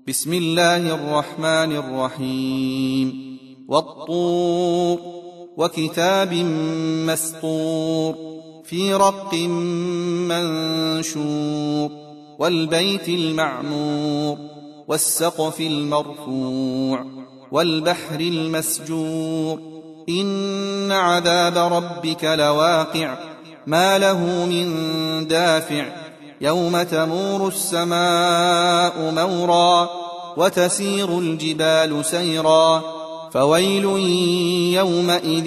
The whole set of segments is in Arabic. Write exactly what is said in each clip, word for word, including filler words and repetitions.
بسم الله الرحمن الرحيم والطور وكتاب مسطور في رق منشور والبيت المعمور والسقف المرفوع والبحر المسجور إن عذاب ربك لواقع ما له من دافع يوم تمور السماء مورا وتسير الجبال سيرا فويل يومئذ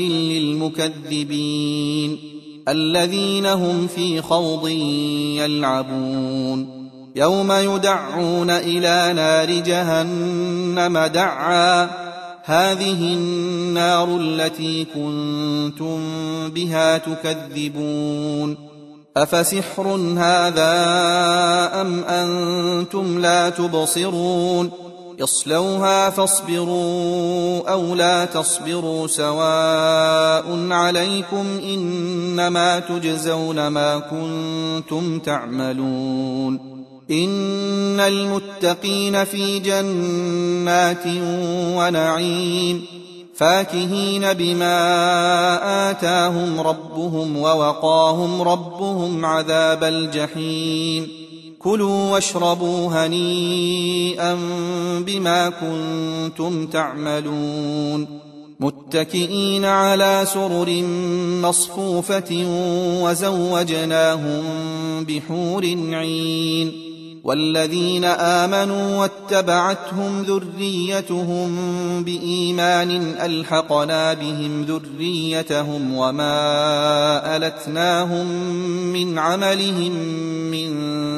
للمكذبين الذين هم في خوض يلعبون يوم يدعون إلى نار جهنم دعا هذه النار التي كنتم بها تكذبون أفسحر هذا أم أنتم لا تبصرون اصلوها فاصبروا أو لا تصبروا سواء عليكم إنما تجزون ما كنتم تعملون إن المتقين في جنات ونعيم فاكهين بما آتاهم ربهم ووقاهم ربهم عذاب الجحيم كلوا واشربوا هنيئا بما كنتم تعملون متكئين على سرر مصفوفة وزوجناهم بحور عين والذين آمنوا واتبعتهم ذريتهم بإيمان ألحقنا بهم ذريتهم وما ألتناهم من عملهم من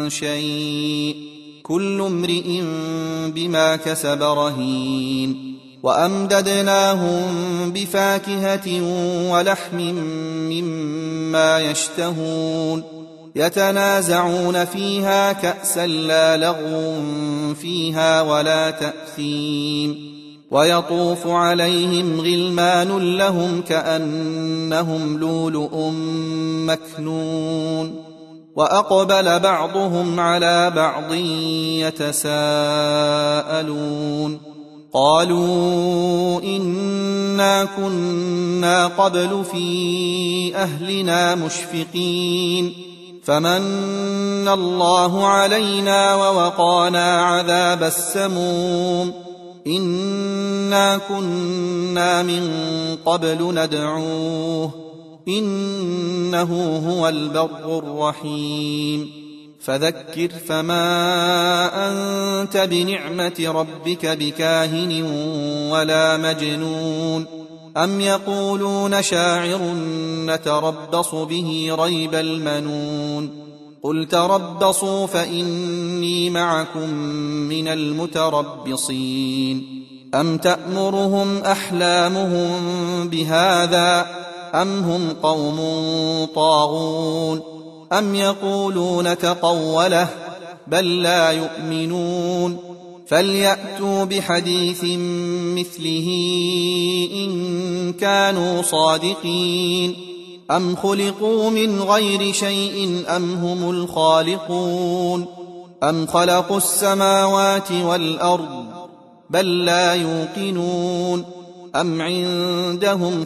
شيء كل امرئ بما كسب رهين وأمددناهم بفاكهة ولحم مما يشتهون يتنازعون فيها كأسا لا لغو فيها ولا تأثيم ويطوف عليهم غلمان لهم كأنهم لؤلؤ مكنون وأقبل بعضهم على بعض يتساءلون قالوا إنا كنا قبل في أهلنا مشفقين فمن الله علينا ووقانا عذاب السموم إنا كنا من قبل ندعوه إنه هو البر الرحيم فذكر فما أنت بنعمة ربك بكاهن ولا مجنون أم يقولون شاعر نتربص به ريب المنون قل تربصوا فإني معكم من المتربصين أم تأمرهم أحلامهم بهذا أم هم قوم طاغون أم يقولون تقوله بل لا يؤمنون فليأتوا بحديث مثله إن كانوا صادقين أم خلقوا من غير شيء أم هم الخالقون أم خلقوا السماوات والأرض بل لا يوقنون أم عندهم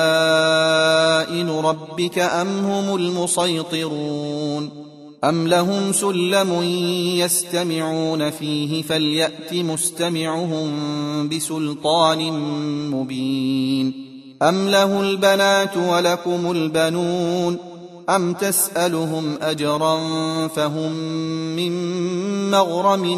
خزائن ربك أم هم المسيطرون أم لهم سلم يستمعون فيه فليأت مستمعهم بسلطان مبين أم له البنات ولكم البنون أم تسألهم أجرا فهم من مغرم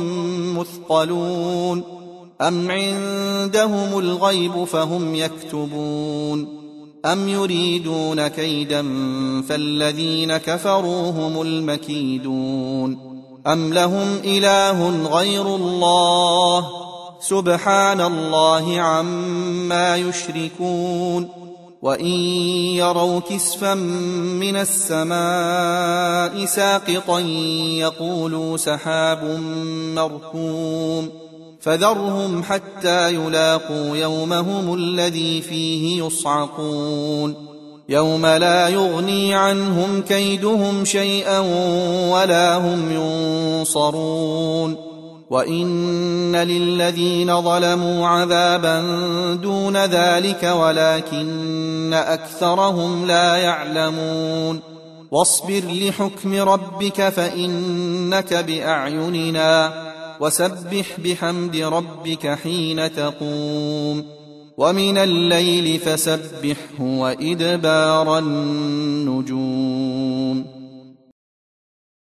مثقلون أم عندهم الغيب فهم يكتبون أم يريدون كيدا فالذين كفروا هم المكيدون أم لهم إله غير الله سبحان الله عما يشركون وإن يروا كسفا من السماء ساقطا يقولوا سحاب مركوم فذرهم حتى يلاقوا يومهم الذي فيه يصعقون يوم لا يغني عنهم كيدهم شيئا ولا هم ينصرون وإن للذين ظلموا عذابا دون ذلك ولكن أكثرهم لا يعلمون واصبر لحكم ربك فإنك بأعيننا وسبح بحمد ربك حين تقوم ومن الليل فسبحه وإدبار النجوم